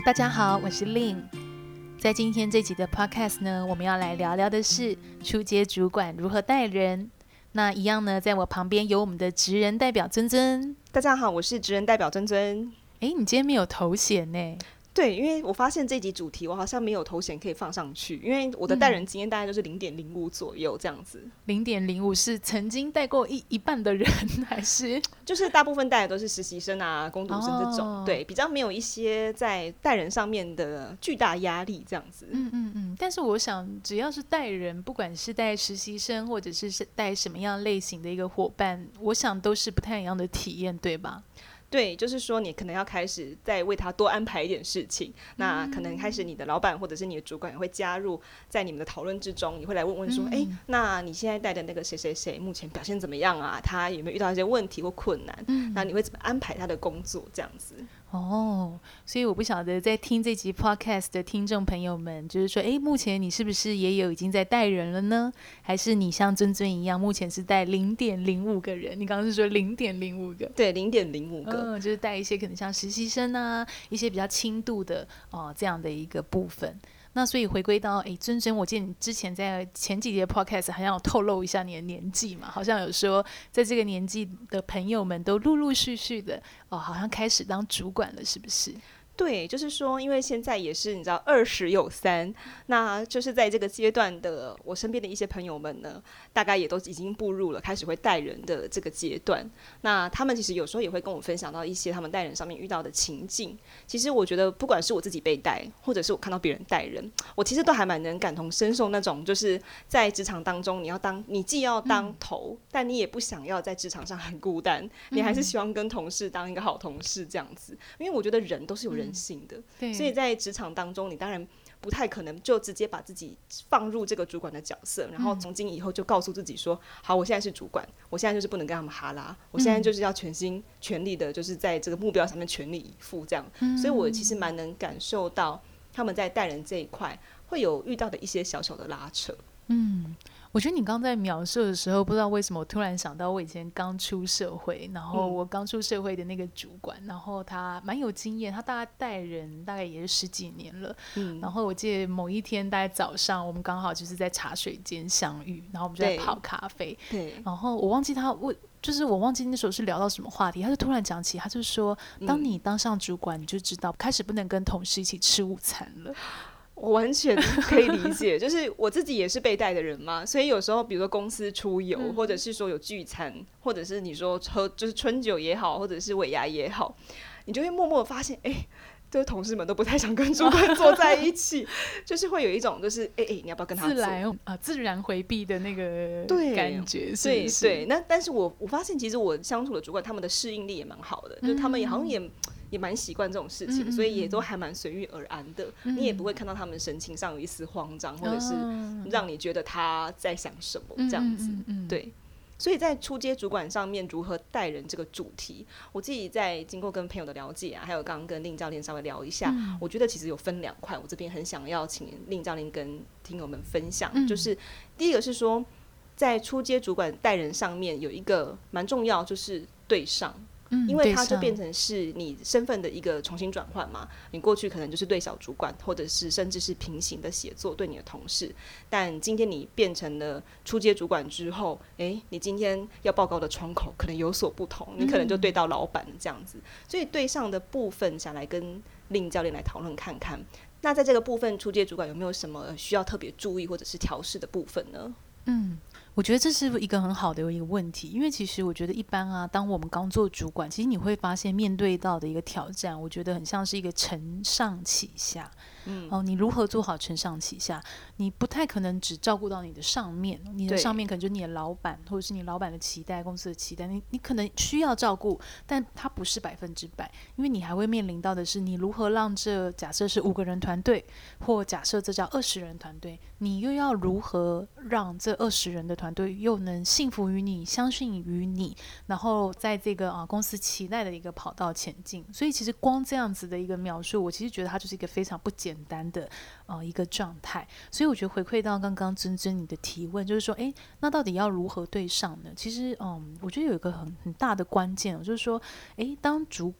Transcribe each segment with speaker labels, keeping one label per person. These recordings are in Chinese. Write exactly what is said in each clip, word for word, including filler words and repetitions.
Speaker 1: 大家好，我是 Lin。 在今天这集的 podcast 呢，我们要来聊聊的是初阶主管如何带人。那一样呢，在我旁边有我们的职人代表尊尊。
Speaker 2: 大家好，我是职人代表尊尊。
Speaker 1: 哎，你今天没有头衔呢？
Speaker 2: 对，因为我发现这集主题我好像没有头衔可以放上去，因为我的带人经验大概就是零点零五左右这样子。
Speaker 1: 零点零五是曾经带过 一, 一半的人，还是
Speaker 2: 就是大部分带的都是实习生啊、工读生这种、
Speaker 1: 哦、
Speaker 2: 对，比较没有一些在带人上面的巨大压力这样子。
Speaker 1: 嗯嗯嗯。但是我想，只要是带人，不管是带实习生或者是带什么样类型的一个伙伴，我想都是不太一样的体验，对吧？
Speaker 2: 对，就是说你可能要开始再为他多安排一点事情、嗯、那可能开始你的老板或者是你的主管也会加入在你们的讨论之中，你会来问问说，哎、嗯，那你现在带的那个谁谁谁目前表现怎么样啊？他有没有遇到一些问题或困难、嗯、那你会怎么安排他的工作这样子。
Speaker 1: 哦，所以我不晓得在听这集 podcast 的听众朋友们，就是说，哎，目前你是不是也有已经在带人了呢？还是你像尊尊一样，目前是带零点零五个人？你刚刚是说零点零五个？
Speaker 2: 对，零点零五个，
Speaker 1: 嗯，就是带一些可能像实习生啊，一些比较轻度的哦、呃、这样的一个部分。那所以回归到哎，尊尊，我记得你之前在前几集的 podcast 好像有透露一下你的年纪嘛，好像有说在这个年纪的朋友们都陆陆续续的哦，好像开始当主管了，是不是？
Speaker 2: 对，就是说因为现在也是你知道二十有三，那就是在这个阶段的我身边的一些朋友们呢，大概也都已经步入了开始会带人的这个阶段。那他们其实有时候也会跟我分享到一些他们带人上面遇到的情境。其实我觉得不管是我自己被带，或者是我看到别人带人，我其实都还蛮能感同身受那种，就是在职场当中你要当你既要当头、嗯、但你也不想要在职场上很孤单，你还是希望跟同事当一个好同事这样子。因为我觉得人都是有人人性的、嗯、所以在职场当中你当然不太可能就直接把自己放入这个主管的角色，然后从今以后就告诉自己说、嗯、好，我现在是主管，我现在就是不能跟他们哈拉，我现在就是要全心全力的就是在这个目标上面全力以赴这样、嗯、所以我其实蛮能感受到他们在带人这一块会有遇到的一些小小的拉扯。
Speaker 1: 嗯，我觉得你刚在描述的时候，不知道为什么我突然想到我以前刚出社会，然后我刚出社会的那个主管、嗯、然后他蛮有经验，他大概带人大概也是十几年了、嗯、然后我记得某一天大概早上我们刚好就是在茶水间相遇，然后我们就在泡咖啡，对，然后我忘记他问就是我忘记那时候是聊到什么话题，他就突然讲起，他就说当你当上主管你就知道开始不能跟同事一起吃午餐了。
Speaker 2: 我完全可以理解，就是我自己也是被带的人嘛，所以有时候比如说公司出游、嗯、或者是说有聚餐，或者是你说喝就是春酒也好，或者是尾牙也好，你就会默默的发现哎，就是同事们都不太想跟主管坐在一起就是会有一种就是哎哎，你要不要跟他坐
Speaker 1: 自然、啊、自然回避的那个感觉，是不是？
Speaker 2: 对对，那但是我我发现其实我相处的主管他们的适应力也蛮好的、嗯、就他们也好像也也蛮习惯这种事情、嗯、所以也都还蛮随遇而安的、嗯、你也不会看到他们神情上有一丝慌张、嗯、或者是让你觉得他在想什么这样子、嗯嗯嗯、对。所以在初阶主管上面如何带人这个主题，我自己在经过跟朋友的了解啊，还有刚刚跟令教练稍微聊一下、嗯、我觉得其实有分两块，我这边很想要请令教练跟听友们分享、嗯、就是第一个是说在初阶主管带人上面有一个蛮重要，就是对上，因为它就变成是你身份的一个重新转换嘛，你过去可能就是对小主管，或者是甚至是平行的协作对你的同事，但今天你变成了初阶主管之后，诶，你今天要报告的窗口可能有所不同，你可能就对到老板这样子、嗯、所以对上的部分想来跟令教练来讨论看看，那在这个部分初阶主管有没有什么需要特别注意或者是调试的部分呢？
Speaker 1: 嗯，我觉得这是一个很好的一个问题，因为其实我觉得一般啊，当我们刚做主管，其实你会发现面对到的一个挑战，我觉得很像是一个承上启下。嗯，哦，你如何做好承上启下？你不太可能只照顾到你的上面，你的上面可能就是你的老板，或者是你老板的期待、公司的期待，你你可能需要照顾，但它不是百分之百，因为你还会面临到的是，你如何让这假设是五个人团队，或假设这叫二十人团队，你又要如何让这二十人的团队又能信服于你、相信于你，然后在这个啊公司期待的一个跑道前进。所以其实光这样子的一个描述，我其实觉得它就是一个非常不简单的呃一个状态。所以我觉得回馈到刚刚尊尊你的提问，就是说，哎，那到底要如何对上呢？其实，嗯，我觉得有一个很很大的关键，就是说，哎，当主管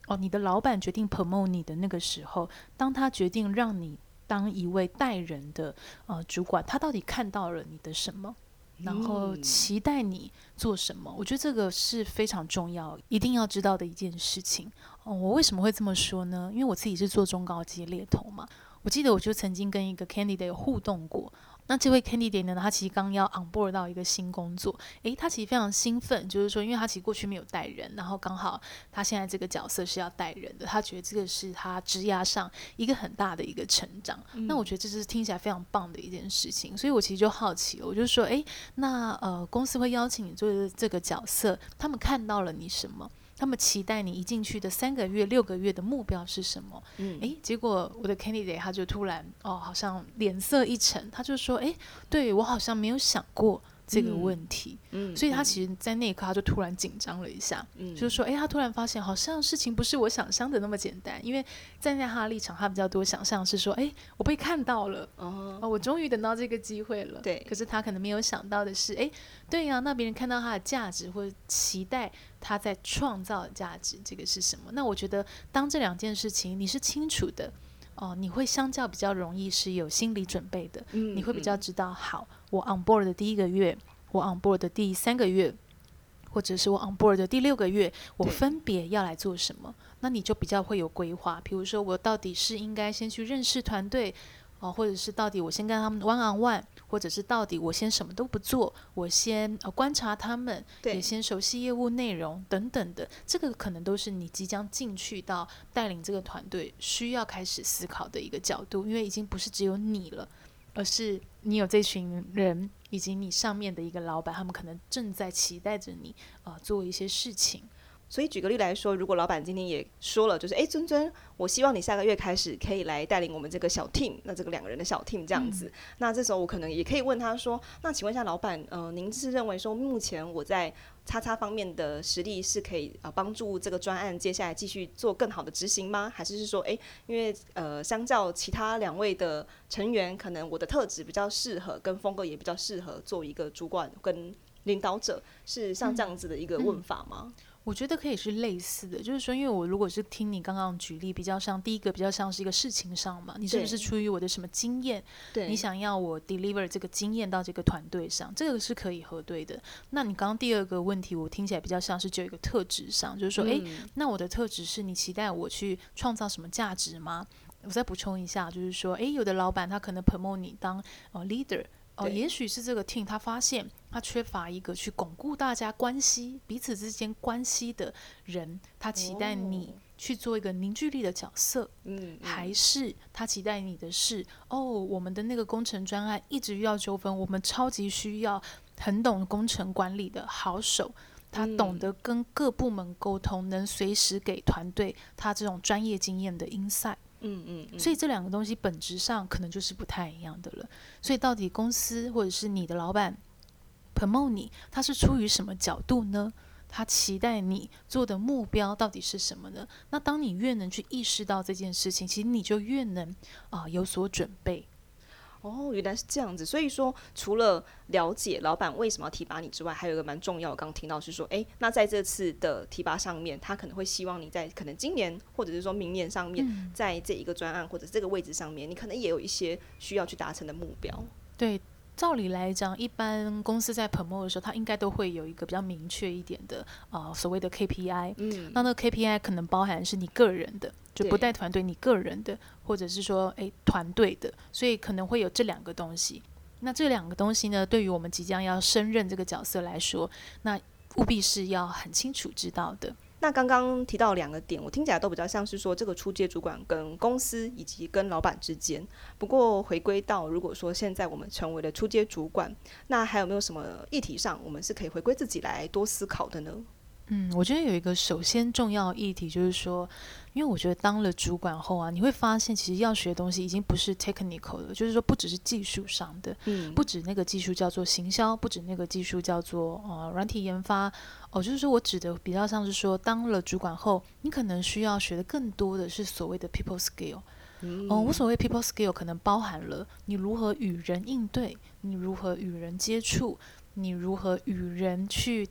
Speaker 1: 哦，你的老板决定 promote 你的那个时候，当他决定让你当一位带人的呃主管，他到底看到了你的什么？然后期待你做什么？我觉得这个是非常重要，一定要知道的一件事情。哦，我为什么会这么说呢？因为我自己是做中高阶猎头嘛，我记得我就曾经跟一个 candidate 有互动过。那这位 candidate 呢，他其实刚要 on board 到一个新工作，诶，他其实非常兴奋，就是说，因为他其实过去没有带人，然后刚好他现在这个角色是要带人的，他觉得这个是他职涯上一个很大的一个成长。嗯、那我觉得这是听起来非常棒的一件事情，所以我其实就好奇了，我就说，诶，那呃，公司会邀请你做这个角色，他们看到了你什么？他们期待你一进去的三个月、六个月的目标是什么？嗯，诶，结果我的 candidate 他就突然哦，好像脸色一沉，他就说：“诶，对我好像没有想过这个问题。嗯”嗯，所以他其实，在那一刻他就突然紧张了一下，嗯，就是说：“诶，他突然发现好像事情不是我想象的那么简单。”因为站在他的立场，他比较多想象是说：“诶，我被看到了，哦，哦我终于等到这个机会了。”对，可是他可能没有想到的是，诶，对呀、啊，那别人看到他的价值或者期待。他在创造的价值，这个是什么？那我觉得，当这两件事情你是清楚的，哦、呃，你会相较比较容易是有心理准备的，嗯、你会比较知道，好，我 on board 的第一个月，我 on board 的第三个月，或者是我 on board 的第六个月，我分别要来做什么？那你就比较会有规划。比如说，我到底是应该先去认识团队。哦，或者是到底我先跟他们 one on one， 或者是到底我先什么都不做，我先、呃、观察他们，也先熟悉业务内容等等的，这个可能都是你即将进去到带领这个团队需要开始思考的一个角度，因为已经不是只有你了，而是你有这群人以及你上面的一个老板，他们可能正在期待着你、呃、做一些事情。
Speaker 2: 所以举个例来说，如果老板今天也说了，就是哎，尊尊，我希望你下个月开始可以来带领我们这个小 team， 那这个两个人的小 team 这样子、嗯，那这时候我可能也可以问他说，那请问一下老板，呃，您是认为说目前我在叉叉方面的实力是可以呃帮助这个专案接下来继续做更好的执行吗？还是是说，哎，因为呃相较其他两位的成员，可能我的特质比较适合，跟风格也比较适合做一个主管跟领导者，是像这样子的一个问法吗？嗯嗯
Speaker 1: 我觉得可以是类似的，就是说，因为我如果是听你刚刚举例，比较像第一个比较像是一个事情上嘛，你是不是出于我的什么经验，你想要我 deliver 这个经验到这个团队上，这个是可以核对的。那你刚刚第二个问题，我听起来比较像是就一个特质上，就是说，哎、嗯，那我的特质是你期待我去创造什么价值吗？我再补充一下，就是说，哎，有的老板他可能 promote 你当、呃、leader。哦，也许是这个 team 他发现他缺乏一个去巩固大家关系彼此之间关系的人，他期待你去做一个凝聚力的角色，嗯，还是他期待你的是哦，我们的那个工程专案一直遇到纠纷，我们超级需要很懂工程管理的好手，他懂得跟各部门沟通，能随时给团队他这种专业经验的 insight。嗯嗯嗯，所以这两个东西本质上可能就是不太一样的了。所以到底公司或者是你的老板 promote 你，他是出于什么角度呢？他期待你做的目标到底是什么呢？那当你越能去意识到这件事情，其实你就越能啊、呃、有所准备。
Speaker 2: 哦，原来是这样子。所以说，除了了解老板为什么要提拔你之外，还有一个蛮重要的，刚刚听到是说，哎，那在这次的提拔上面，他可能会希望你在可能今年或者是说明年上面，嗯、在这一个专案或者这个位置上面，你可能也有一些需要去达成的目标。
Speaker 1: 对。照理来讲，一般公司在 promote 的时候，它应该都会有一个比较明确一点的呃所谓的 K P I。嗯，那那个 K P I 可能包含是你个人的，就不带团队你个人的，或者是说哎团队的，所以可能会有这两个东西。那这两个东西呢，对于我们即将要升任这个角色来说，那务必是要很清楚知道的。
Speaker 2: 那刚刚提到两个点，我听起来都比较像是说这个初阶主管跟公司以及跟老板之间。不过回归到如果说现在我们成为了初阶主管，那还有没有什么议题上我们是可以回归自己来多思考的呢？
Speaker 1: 嗯，我觉得有一个首先重要的议题就是说，因为我觉得当了主管后啊，你会发现其实要学的东西已经不是 technical 了，就是说不只是技术上的，嗯，不止那个技术叫做行销，不止那个技术叫做呃软体研发，哦，就是说我指的比较像是说，当了主管后，你可能需要学的更多的是所谓的 people skill。嗯，我所谓 people skill 可能包含了你如何与人应对，你如何与人接触，你如何与人去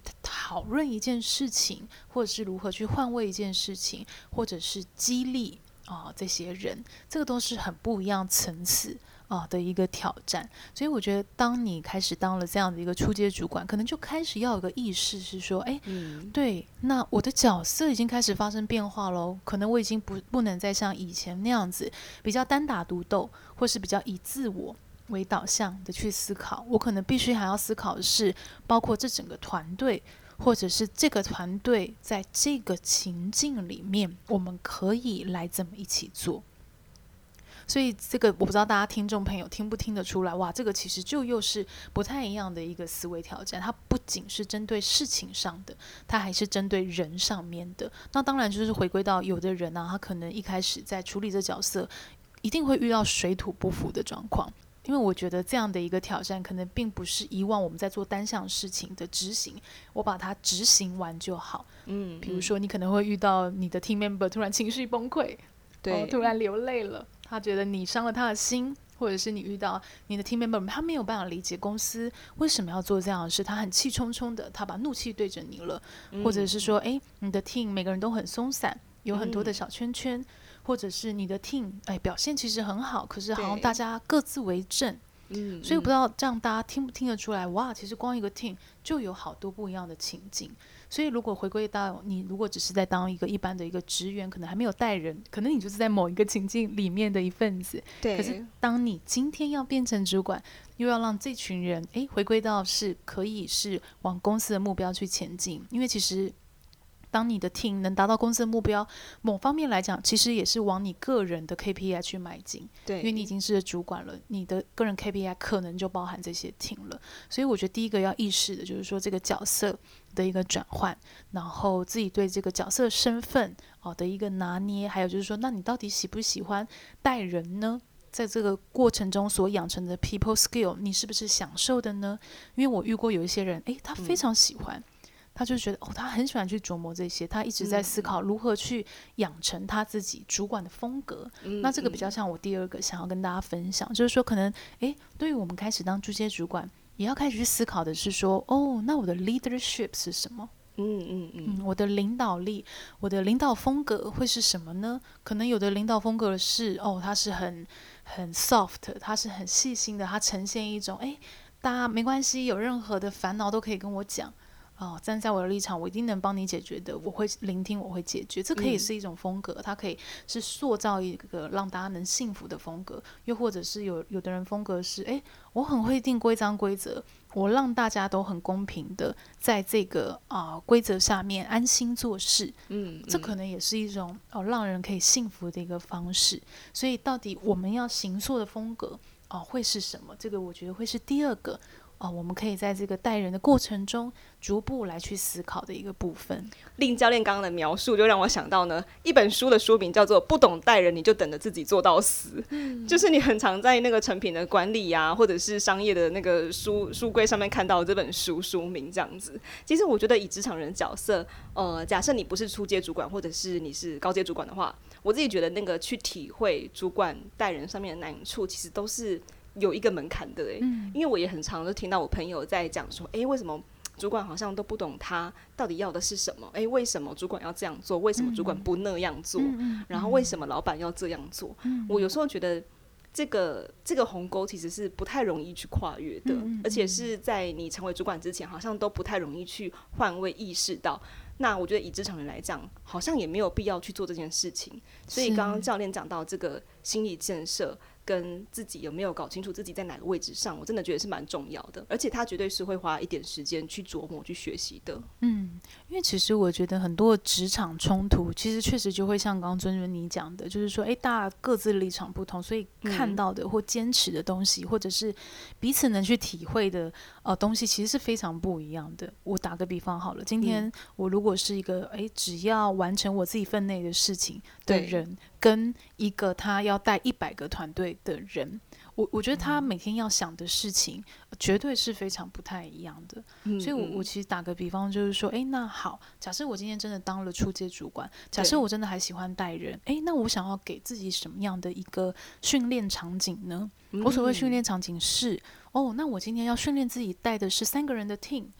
Speaker 1: 讨论一件事情，或者是如何去换位一件事情，或者是激励啊、呃、这些人，这个都是很不一样层次啊的一个挑战。所以我觉得当你开始当了这样的一个初阶主管，可能就开始要有个意识是说，哎、嗯，对，那我的角色已经开始发生变化咯，可能我已经不不能再像以前那样子比较单打独斗，或是比较以自我为导向的去思考，我可能必须还要思考的是包括这整个团队，或者是这个团队在这个情境里面我们可以来怎么一起做。所以这个我不知道大家听众朋友听不听得出来，哇，这个其实就又是不太一样的一个思维挑战，它不仅是针对事情上的，它还是针对人上面的。那当然就是回归到有的人啊，他可能一开始在处理这角色一定会遇到水土不服的状况，因为我觉得这样的一个挑战可能并不是以往我们在做单项事情的执行，我把它执行完就好。嗯，比如说你可能会遇到你的 team member 突然情绪崩溃，对、哦，突然流泪了，他觉得你伤了他的心，或者是你遇到你的 team member 他没有办法理解公司为什么要做这样的事，他很气冲冲的，他把怒气对着你了、嗯、或者是说哎，你的 team 每个人都很松散，有很多的小圈圈、嗯，或者是你的 team 哎表现其实很好，可是好像大家各自为政，嗯，所以我不知道这样大家听不听得出来，哇，其实光一个 team 就有好多不一样的情境。所以如果回归到你如果只是在当一个一般的一个职员，可能还没有带人，可能你就是在某一个情境里面的一份子，对。可是当你今天要变成主管，又要让这群人哎回归到是可以是往公司的目标去前进，因为其实当你的 team 能达到公司的目标，某方面来讲其实也是往你个人的 K P I 去迈进，对，因为你已经是主管了，你的个人 K P I 可能就包含这些 team 了。所以我觉得第一个要意识的就是说这个角色的一个转换，然后自己对这个角色身份、哦、的一个拿捏，还有就是说那你到底喜不喜欢带人呢？在这个过程中所养成的 people skill 你是不是享受的呢？因为我遇过有一些人诶他非常喜欢、嗯，他就觉得哦，他很喜欢去琢磨这些，他一直在思考如何去养成他自己主管的风格、嗯、那这个比较像我第二个想要跟大家分享、嗯、就是说可能诶对于我们开始当初阶主管也要开始去思考的是说，哦，那我的 leadership 是什么？嗯嗯嗯，我的领导力，我的领导风格会是什么呢？可能有的领导风格是哦，他是很很 soft， 他是很细心的，他呈现一种哎，大家没关系，有任何的烦恼都可以跟我讲。哦，站在我的立场，我一定能帮你解决的，我会聆听，我会解决，这可以是一种风格、嗯、它可以是塑造一个让大家能幸福的风格，又或者是有有的人风格是哎，我很会定规章规则，我让大家都很公平的在这个啊、呃、规则下面安心做事，嗯，这可能也是一种哦让人可以幸福的一个方式。所以到底我们要形塑的风格哦会是什么？这个我觉得会是第二个哦，我们可以在这个带人的过程中逐步来去思考的一个部分。
Speaker 2: 令教练刚刚的描述就让我想到呢，一本书的书名叫做《不懂带人你就等着自己做到死》，嗯，就是你很常在那个成品的管理啊，或者是商业的那个书书柜上面看到这本书书名这样子。其实我觉得以职场人的角色，呃，假设你不是初阶主管，或者是你是高阶主管的话，我自己觉得那个去体会主管带人上面的难处，其实都是有一个门槛的、欸嗯、因为我也很常就听到我朋友在讲说，哎、欸，为什么主管好像都不懂他到底要的是什么？哎、欸，为什么主管要这样做？为什么主管不那样做？嗯、然后为什么老板要这样做？嗯、我有时候觉得这个这个鸿沟其实是不太容易去跨越的、嗯，而且是在你成为主管之前，好像都不太容易去换位意识到。那我觉得以职场人来讲，好像也没有必要去做这件事情。所以刚刚教练讲到这个心理建设跟自己有没有搞清楚自己在哪个位置上，我真的觉得是蛮重要的，而且他绝对是会花一点时间去琢磨去学习的。
Speaker 1: 嗯，因为其实我觉得很多职场冲突其实确实就会像刚刚尊尊你讲的，就是说哎，大家各自的立场不同，所以看到的或坚持的东西、嗯、或者是彼此能去体会的、呃、东西其实是非常不一样的。我打个比方好了，今天我如果是一个哎，只要完成我自己分内的事情的人，跟一个他要带一百个团队的人，我我觉得他每天要想的事情、嗯、绝对是非常不太一样的。嗯、所以我我其实打个比方就是说，哎，那好，假设我今天真的当了初阶主管，假设我真的还喜欢带人，哎，那我想要给自己什么样的一个训练场景呢？嗯、我所谓训练场景是，哦，那我今天要训练自己带的是三个人的 team。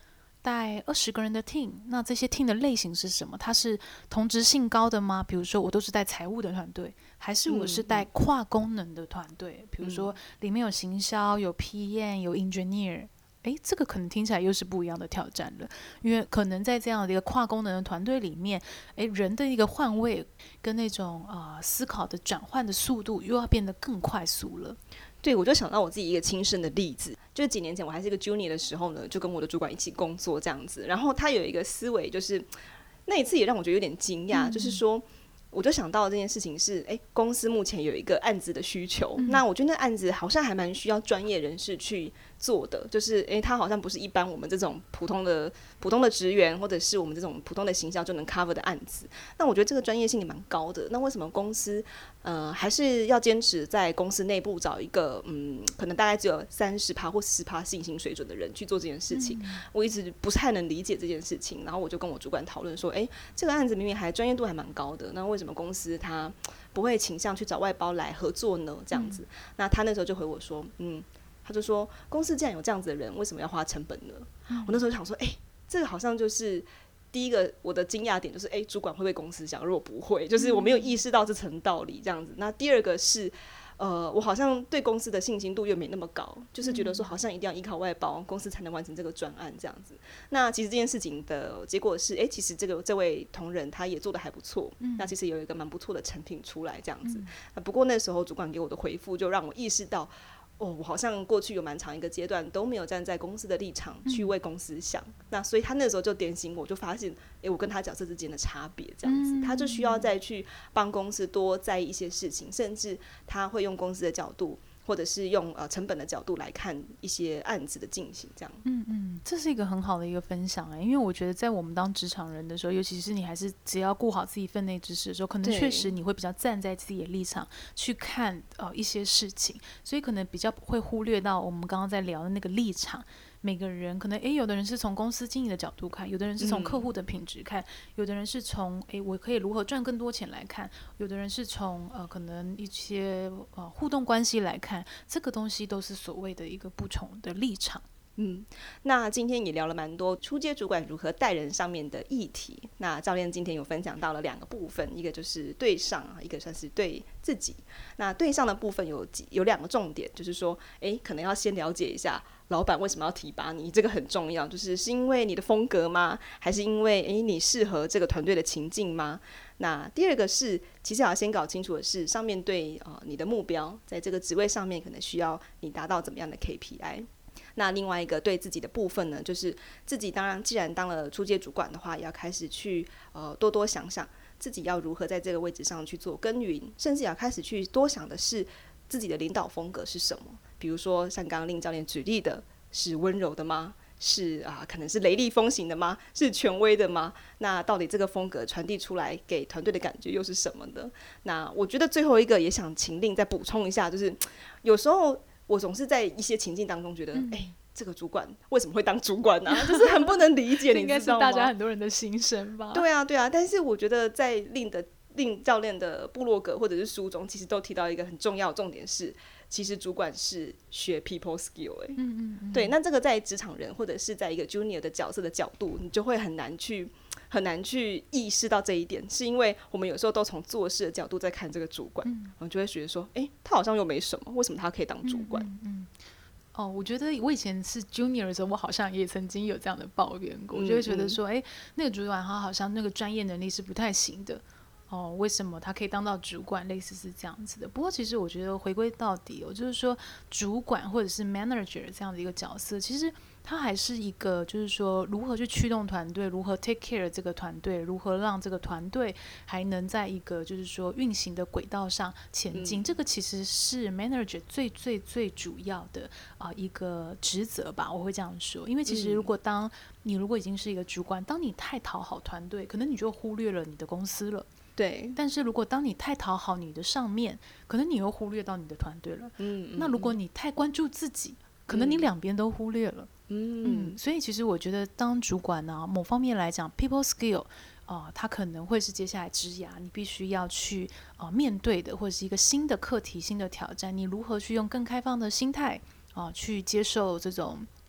Speaker 1: 带二十个人的 team， 那这些 team 的类型是什么？它是同质性高的吗？比如说我都是带财务的团队，还是我是带跨功能的团队？比如说里面有行销、有 P M、有 engineer。诶，这个可能听起来又是不一样的挑战了，因为可能在这样的一个跨功能的团队里面，诶，人的一个换位跟那种啊、呃、思考的转换的速度又要变得更快速了。
Speaker 2: 对，我就想到我自己一个亲身的例子，就是几年前我还是一个 junior 的时候呢，就跟我的主管一起工作这样子，然后他有一个思维，就是那一次也让我觉得有点惊讶、嗯，就是说。我就想到这件事情是，哎，公司目前有一个案子的需求，嗯、那我觉得那案子好像还蛮需要专业人士去做的，就是哎，他好像不是一般我们这种普通的普通的职员，或者是我们这种普通的行销就能 cover 的案子。那我觉得这个专业性也蛮高的。那为什么公司呃还是要坚持在公司内部找一个嗯，可能大概只有三十趴或十趴信心水准的人去做这件事情？嗯、我一直不太能理解这件事情。然后我就跟我主管讨论说，哎，这个案子明明还专业度还蛮高的，那为什么什么公司他不会倾向去找外包来合作呢？这样子，嗯、那他那时候就回我说，嗯，他就说公司既然有这样子的人，为什么要花成本呢？嗯、我那时候就想说，哎、欸，这个好像就是第一个我的惊讶点，就是哎、欸，主管会为公司想，如果不会，就是我没有意识到这层道理这样子。那第二个是。呃，我好像对公司的信心度又没那么高，就是觉得说好像一定要依靠外包，公司才能完成这个专案这样子。那其实这件事情的结果是，哎、欸，其实这个这位同仁他也做得还不错、嗯，那其实有一个蛮不错的成品出来这样子。嗯、不过那时候主管给我的回复就让我意识到。哦，我好像过去有蛮长一个阶段都没有站在公司的立场去为公司想、嗯、那所以他那时候就点醒我，就发现哎，我跟他角色之间的差别这样子、嗯、他就需要再去帮公司多在意一些事情，甚至他会用公司的角度或者是用呃成本的角度来看一些案子的进行这样。
Speaker 1: 嗯嗯，这是一个很好的一个分享哎、欸，因为我觉得在我们当职场人的时候，尤其是你还是只要顾好自己分内之事的时候，可能确实你会比较站在自己的立场去看呃一些事情，所以可能比较会忽略到我们刚刚在聊的那个立场。每个人可能诶，有的人是从公司经营的角度看，有的人是从客户的品质看、嗯、有的人是从诶我可以如何赚更多钱来看，有的人是从呃可能一些呃互动关系来看，这个东西都是所谓的一个不同的立场。
Speaker 2: 嗯，那今天也聊了蛮多初阶主管如何带人上面的议题。那教练今天有分享到了两个部分，一个就是对上，一个算是对自己。那对上的部分有几有两个重点，就是说，哎，可能要先了解一下老板为什么要提拔你，这个很重要。就是是因为你的风格吗？还是因为诶你适合这个团队的情境吗？那第二个是，其实要先搞清楚的是，上面对呃你的目标，在这个职位上面可能需要你达到怎么样的 K P I。那另外一个对自己的部分呢，就是自己当然既然当了初阶主管的话，也要开始去呃多多想想自己要如何在这个位置上去做耕耘，甚至也要开始去多想的是自己的领导风格是什么。比如说像刚刚令教练举例的，是温柔的吗？是啊，可能是雷厉风行的吗？是权威的吗？那到底这个风格传递出来给团队的感觉又是什么的？那我觉得最后一个也想请令再补充一下，就是有时候我总是在一些情境当中觉得，哎、嗯欸，这个主管为什么会当主管呢、啊？就是很不能理解，你知道吗？
Speaker 1: 应该是大家很多人的心声吧？
Speaker 2: 对啊，对啊。但是我觉得在令的令教练的部落格或者是书中，其实都提到一个很重要的重点是，其实主管是学 people skill 哎、欸，嗯嗯嗯，对。那这个在职场人或者是在一个 junior 的角色的角度，你就会很难去很难去意识到这一点，是因为我们有时候都从做事的角度在看这个主管，嗯、我们就会觉得说，哎、欸，他好像又没什么，为什么他可以当主管？嗯。嗯
Speaker 1: 哦，我觉得我以前是 junior 的时候，我好像也曾经有这样的抱怨过，我就会觉得说，哎、欸，那个主管他好像那个专业能力是不太行的。哦，为什么他可以当到主管？类似是这样子的。不过其实我觉得回归到底，哦，就是说主管或者是 manager 这样的一个角色，其实他还是一个，就是说如何去驱动团队，如何 take care 这个团队，如何让这个团队还能在一个就是说运行的轨道上前进。嗯、这个其实是 manager 最最最主要的啊、呃、一个职责吧，我会这样说。因为其实如果当你如果已经是一个主管，当你太讨好团队，可能你就忽略了你的公司了。
Speaker 2: 对，
Speaker 1: 但是如果当你太讨好你的上面，可能你又忽略到你的团队了。嗯，那如果你太关注自己，可能你两边都忽略了。嗯, 嗯，所以其实我觉得当主管呢、啊，某方面来讲 ，people skill 啊、呃，它可能会是接下来职涯你必须要去啊、呃、面对的，或者是一个新的课题、新的挑战。你如何去用更开放的心态啊、呃，去接受这种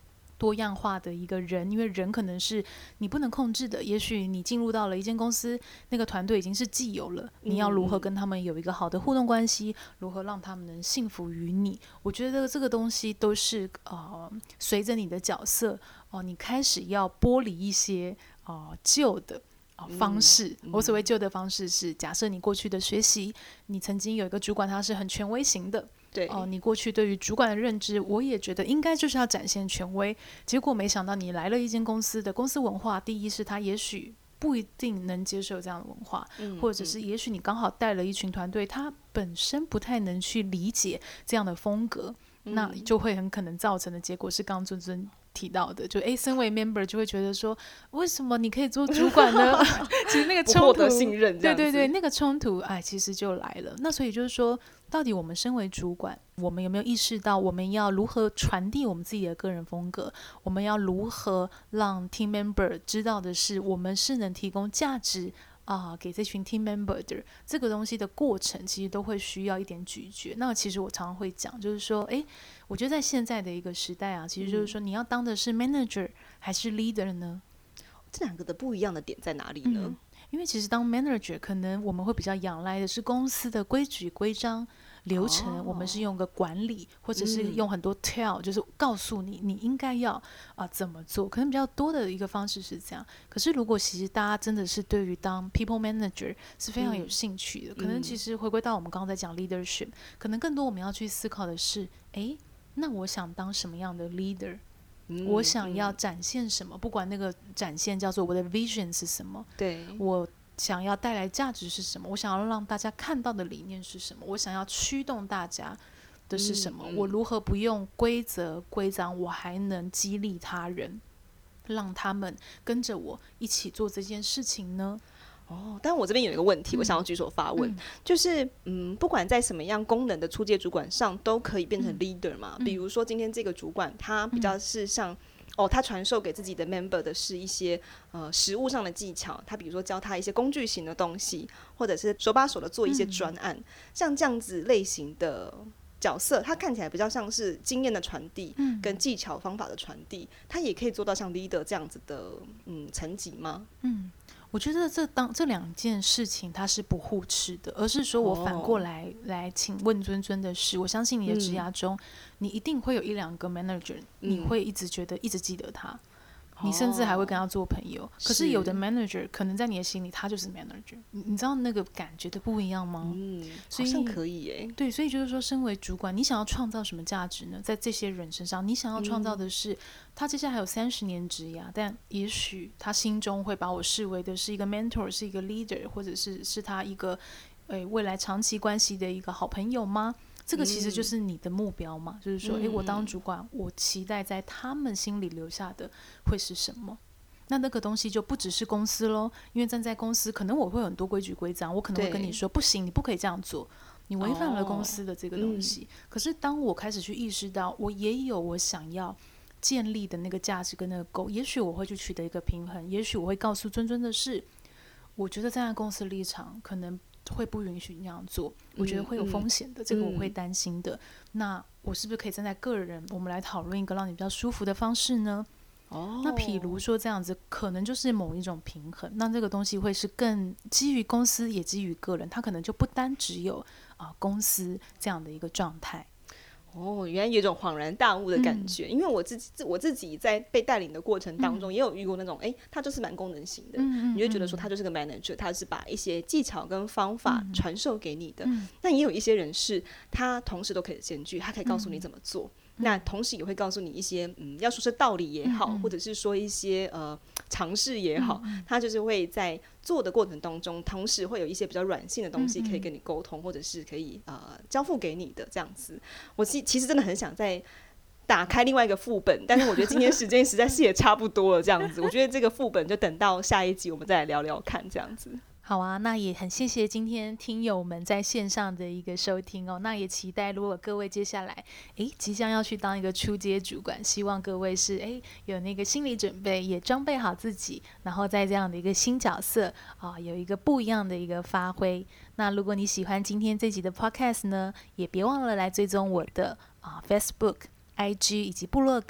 Speaker 1: 多样化的一个人，因为人可能是你不能控制的，也许你进入到了一间公司，那个团队已经是既有了，你要如何跟他们有一个好的互动关系，如何让他们能信服于你，我觉得这个东西都是呃随着你的角色哦、呃，你开始要剥离一些呃旧的哦、方式、嗯嗯、我所谓旧的方式是，假设你过去的学习，你曾经有一个主管他是很权威型的，
Speaker 2: 对
Speaker 1: 哦、呃，你过去对于主管的认知，我也觉得应该就是要展现权威，结果没想到你来了一间公司的公司文化，第一是他也许不一定能接受这样的文化、嗯、或者是也许你刚好带了一群团队，他本身不太能去理解这样的风格，嗯、那就会很可能造成的结果是刚刚尊尊提到的，就哎，身为 member 就会觉得说，为什么你可以做主管呢？其实那个冲突，
Speaker 2: 不获得信任，
Speaker 1: 对对对，那个冲突，哎，其实就来了。那所以就是说，到底我们身为主管，我们有没有意识到，我们要如何传递我们自己的个人风格？我们要如何让 team member 知道的是，我们是能提供价值啊，给这群 team member 的这个东西的过程，其实都会需要一点咀嚼。那其实我常常会讲，就是说，哎，我觉得在现在的一个时代啊，其实就是说，你要当的是 manager 还是 leader 呢？
Speaker 2: 这两个的不一样的点在哪里呢？
Speaker 1: 嗯、因为其实当 manager 可能我们会比较仰赖的是公司的规矩规章流程、哦、我们是用个管理或者是用很多 tell、嗯、就是告诉你你应该要、呃、怎么做，可能比较多的一个方式是这样。可是如果其实大家真的是对于当 people manager 是非常有兴趣的、嗯、可能其实回归到我们刚刚在讲 leadership、嗯、可能更多我们要去思考的是，诶，那我想当什么样的 leader，嗯、我想要展现什么、嗯、不管那个展现叫做我的 vision 是什么，
Speaker 2: 对，
Speaker 1: 我想要带来价值是什么，我想要让大家看到的理念是什么，我想要驱动大家的是什么、嗯嗯、我如何不用规则规章，我还能激励他人，让他们跟着我一起做这件事情呢？
Speaker 2: 哦，但我这边有一个问题、嗯、我想要举手发问、嗯、就是嗯，不管在什么样功能的初阶主管上都可以变成 leader 嘛、嗯、比如说今天这个主管他比较是像、嗯哦，他传授给自己的 member 的是一些呃实务上的技巧，他比如说教他一些工具型的东西，或者是手把手的做一些专案、嗯、像这样子类型的角色，他看起来比较像是经验的传递、嗯、跟技巧方法的传递，他也可以做到像 leader 这样子的嗯层级吗？
Speaker 1: 嗯，我觉得这当这两件事情它是不互斥的，而是说我反过来、哦、来请问尊尊的是，我相信你的职涯中、嗯、你一定会有一两个 manager、嗯、你会一直觉得一直记得他，你甚至还会跟他做朋友、哦、可是有的 manager 可能在你的心里他就是 manager， 你, 你知道那个感觉的不一样吗？
Speaker 2: 嗯，
Speaker 1: 所以
Speaker 2: 好像可以耶。
Speaker 1: 对，所以就是说身为主管你想要创造什么价值呢？在这些人身上你想要创造的是、嗯、他接下来还有三十年职涯，但也许他心中会把我视为的是一个 mentor， 是一个 leader， 或者是是他一个、欸、未来长期关系的一个好朋友吗？这个其实就是你的目标嘛、嗯、就是说、欸、我当主管我期待在他们心里留下的会是什么。那那个东西就不只是公司咯，因为站在公司可能我会有很多规矩规章，我可能会跟你说不行，你不可以这样做，你违反了公司的这个东西、哦嗯、可是当我开始去意识到我也有我想要建立的那个价值跟那个 goal， 也许我会去取得一个平衡，也许我会告诉尊尊的是，我觉得站在公司立场可能会不允许那样做，我觉得会有风险的、嗯、这个我会担心的、嗯、那我是不是可以站在个人我们来讨论一个让你比较舒服的方式呢？哦，那譬如说这样子可能就是某一种平衡，那这个东西会是更基于公司也基于个人，它可能就不单只有、呃、公司这样的一个状态。
Speaker 2: 哦，原来有一种恍然大悟的感觉、嗯、因为我自己我自己在被带领的过程当中、嗯、也有遇过那种哎，他就是蛮功能型的、嗯、你就觉得说他就是个 manager， 他是把一些技巧跟方法传授给你的、嗯、那也有一些人是他同时都可以兼具，他可以告诉你怎么做、嗯、那同时也会告诉你一些嗯，要说是道理也好、嗯、或者是说一些呃常识也好、嗯、他就是会在做的过程当中同时会有一些比较软性的东西可以跟你沟通、嗯、或者是可以呃交付给你的这样子。我其实真的很想再打开另外一个副本，但是我觉得今天时间实在是也差不多了这样子我觉得这个副本就等到下一集我们再来聊聊看这样子。
Speaker 1: 好啊，那也很谢谢今天听友们在线上的一个收听哦。那也期待如果各位接下来诶即将要去当一个初阶主管，希望各位是诶有那个心理准备，也装备好自己，然后在这样的一个新角色啊，有一个不一样的一个发挥。那如果你喜欢今天这集的 podcast 呢，也别忘了来追踪我的啊 Facebook、I G 以及部落格，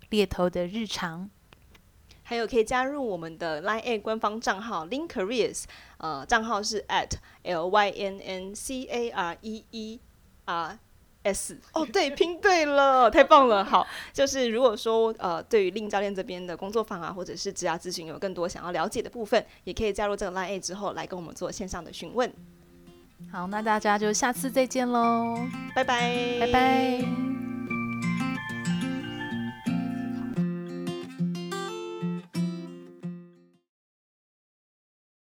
Speaker 1: 猎头的日常。
Speaker 2: 还有可以加入我们的 Line 官方账号 Lynn Careers， 呃，账号是 at L Y N N C A R E E R S。 哦，对，拼对了，太棒了。好，就是如果说呃，对于Lynn教练这边的工作坊啊，或者是职涯咨询有更多想要了解的部分，也可以加入这个 Line 之后来跟我们做线上的询问。
Speaker 1: 好，那大家就下次再见喽，
Speaker 2: 拜拜，
Speaker 1: 拜拜。